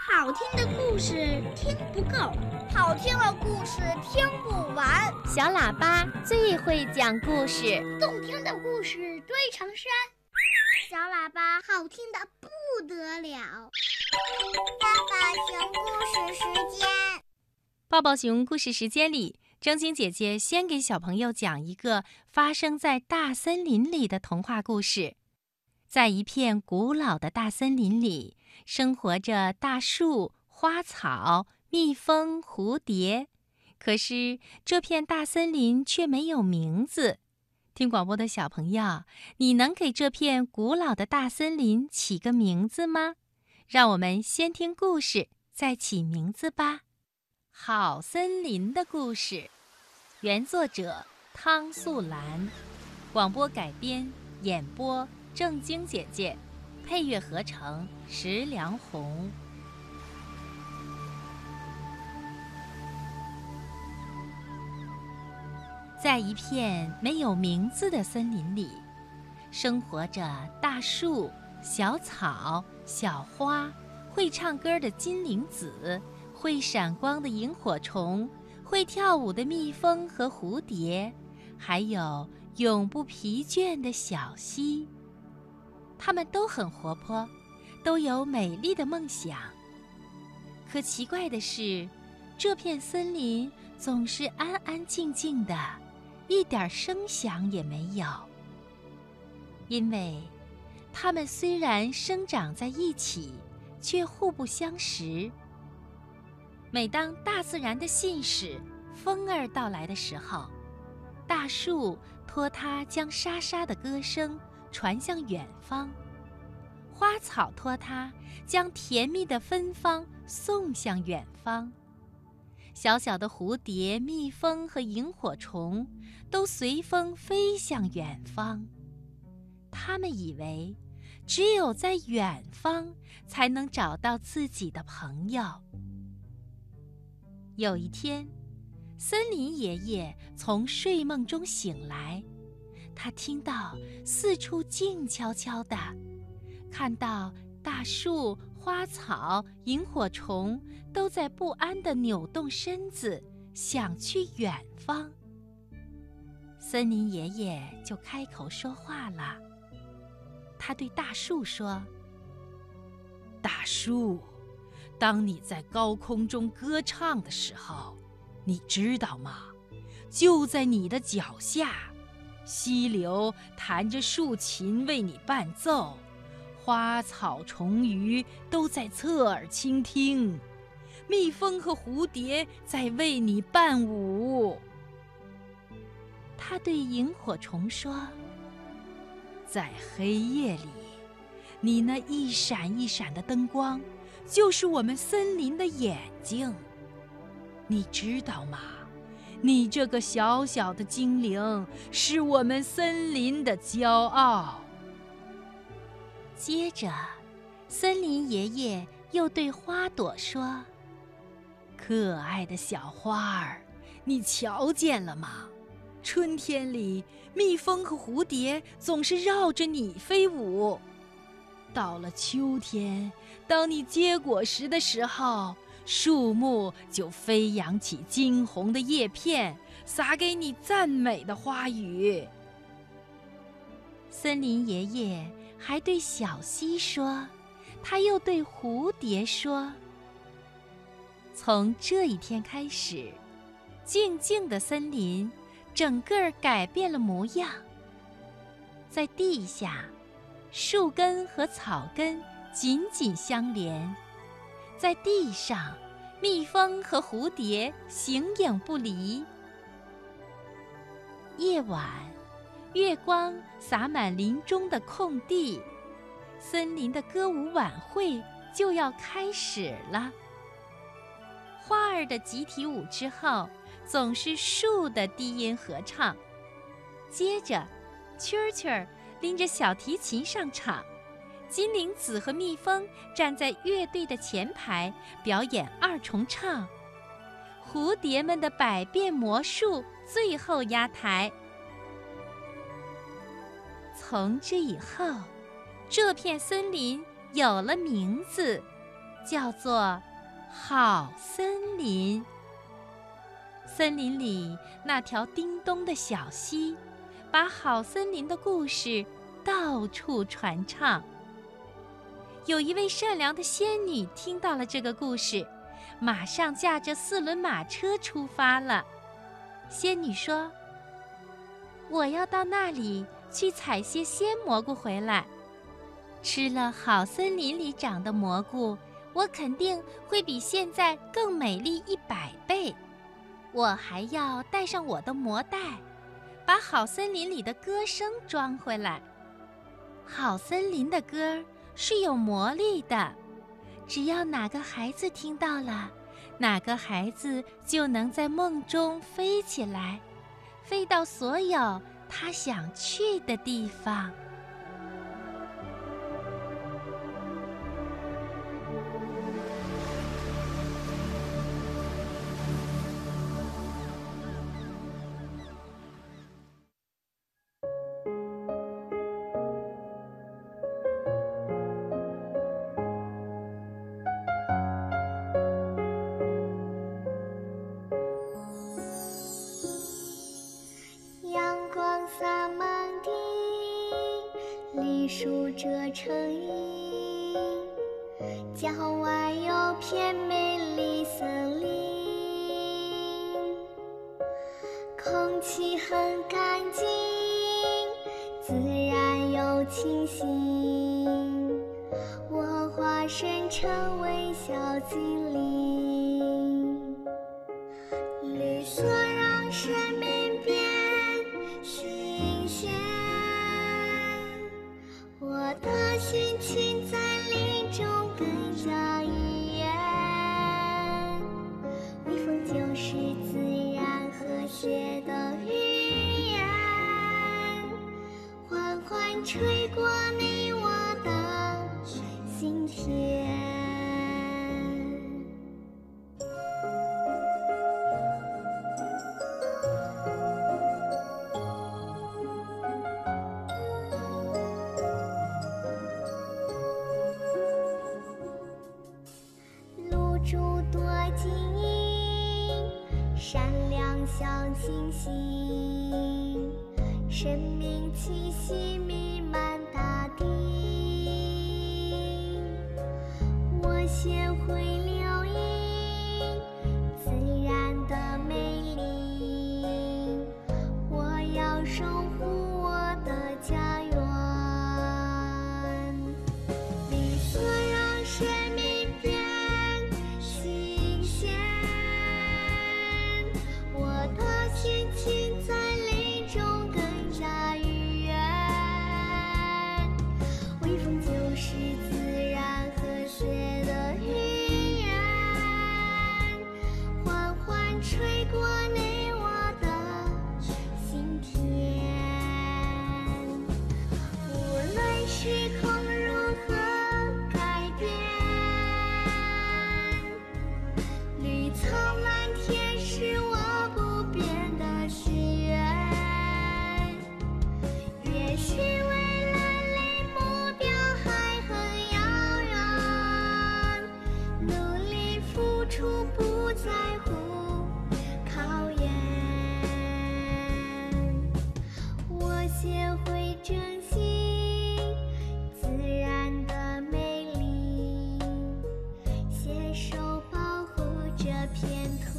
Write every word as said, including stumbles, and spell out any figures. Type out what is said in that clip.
好听的故事听不够， 好听的故事听不完。 小喇叭最会讲故事， 动听的故事堆成山。 小喇叭好听的不得了。 爸爸熊故事时间， 抱抱熊故事时间里，正经姐姐先给小朋友讲一个发生在大森林里的童话故事。在一片古老的大森林里，生活着大树、花草、蜜蜂、蝴蝶。可是这片大森林却没有名字。听广播的小朋友，你能给这片古老的大森林起个名字吗？让我们先听故事，再起名字吧。好森林的故事，原作者汤素兰，广播改编演播正经姐姐，配乐合成石良红。在一片没有名字的森林里，生活着大树、小草、小花，会唱歌的金铃子，会闪光的萤火虫，会跳舞的蜜蜂和蝴蝶，还有永不疲倦的小溪。它们都很活泼，都有美丽的梦想。可奇怪的是，这片森林总是安安静静的，一点声响也没有。因为它们虽然生长在一起，却互不相识。每当大自然的信使风儿到来的时候，大树托它将沙沙的歌声传向远方，花草托它将甜蜜的芬芳送向远方，小小的蝴蝶、蜜蜂和萤火虫都随风飞向远方。他们以为只有在远方才能找到自己的朋友。有一天，森林爷爷从睡梦中醒来，他听到四处静悄悄的，看到大树、花草、萤火虫都在不安地扭动身子，想去远方。森林爷爷就开口说话了，他对大树说：大树，当你在高空中歌唱的时候，你知道吗？就在你的脚下，溪流弹着竖琴为你伴奏，花草虫鱼都在侧耳倾听，蜜蜂和蝴蝶在为你伴舞。他对萤火虫说：在黑夜里，你那一闪一闪的灯光就是我们森林的眼睛，你知道吗？你这个小小的精灵是我们森林的骄傲。接着，森林爷爷又对花朵说：可爱的小花儿，你瞧见了吗？春天里，蜜蜂和蝴蝶总是绕着你飞舞。到了秋天，当你结果实的时候，树木就飞扬起金红的叶片，洒给你赞美的花语。森林爷爷还对小溪说，他又对蝴蝶说：从这一天开始，静静的森林整个改变了模样。在地下，树根和草根紧紧相连，在地上，蜜蜂和蝴蝶形影不离。夜晚，月光洒满林中的空地，森林的歌舞晚会就要开始了。花儿的集体舞之后，总是树的低音合唱。接着，蛐儿蛐儿拎着小提琴上场，金铃子和蜜蜂站在乐队的前排表演二重唱，蝴蝶们的百变魔术最后压台。从这以后，这片森林有了名字， 叫做《好森林》。森林里那条叮咚的小溪，把好森林的故事到处传唱。有一位善良的仙女听到了这个故事，马上驾着四轮马车出发了。仙女说：“我要到那里去采些鲜蘑菇回来，吃了好森林里长的蘑菇，我肯定会比现在更美丽一百倍。我还要带上我的魔袋，把好森林里的歌声装回来。好森林的歌是有魔力的，只要哪个孩子听到了，哪个孩子就能在梦中飞起来，飞到所有他想去的地方。” 洒满地，梨树遮成荫，郊外有片美丽森林，空气很干净，自然又清新，我化身成微小精灵，绿色让生命变新鲜，我的心情在林中更加愉悦，微风就是自然和谐的语言，缓缓吹过你我的心田。珠多晶莹，闪亮像星星，生命气息弥漫大地。我学会留意自然的美丽，我要守护我的家园。绿色让生命变心情在林中更加愉悦，微风就是自然和谐的语言，缓缓吹过你我的心田。无论时空如何改变，绿草蓝天是我也许未来离目标还很遥远，努力付出不在乎考验，我学会珍惜自然的美丽，携手保护这片土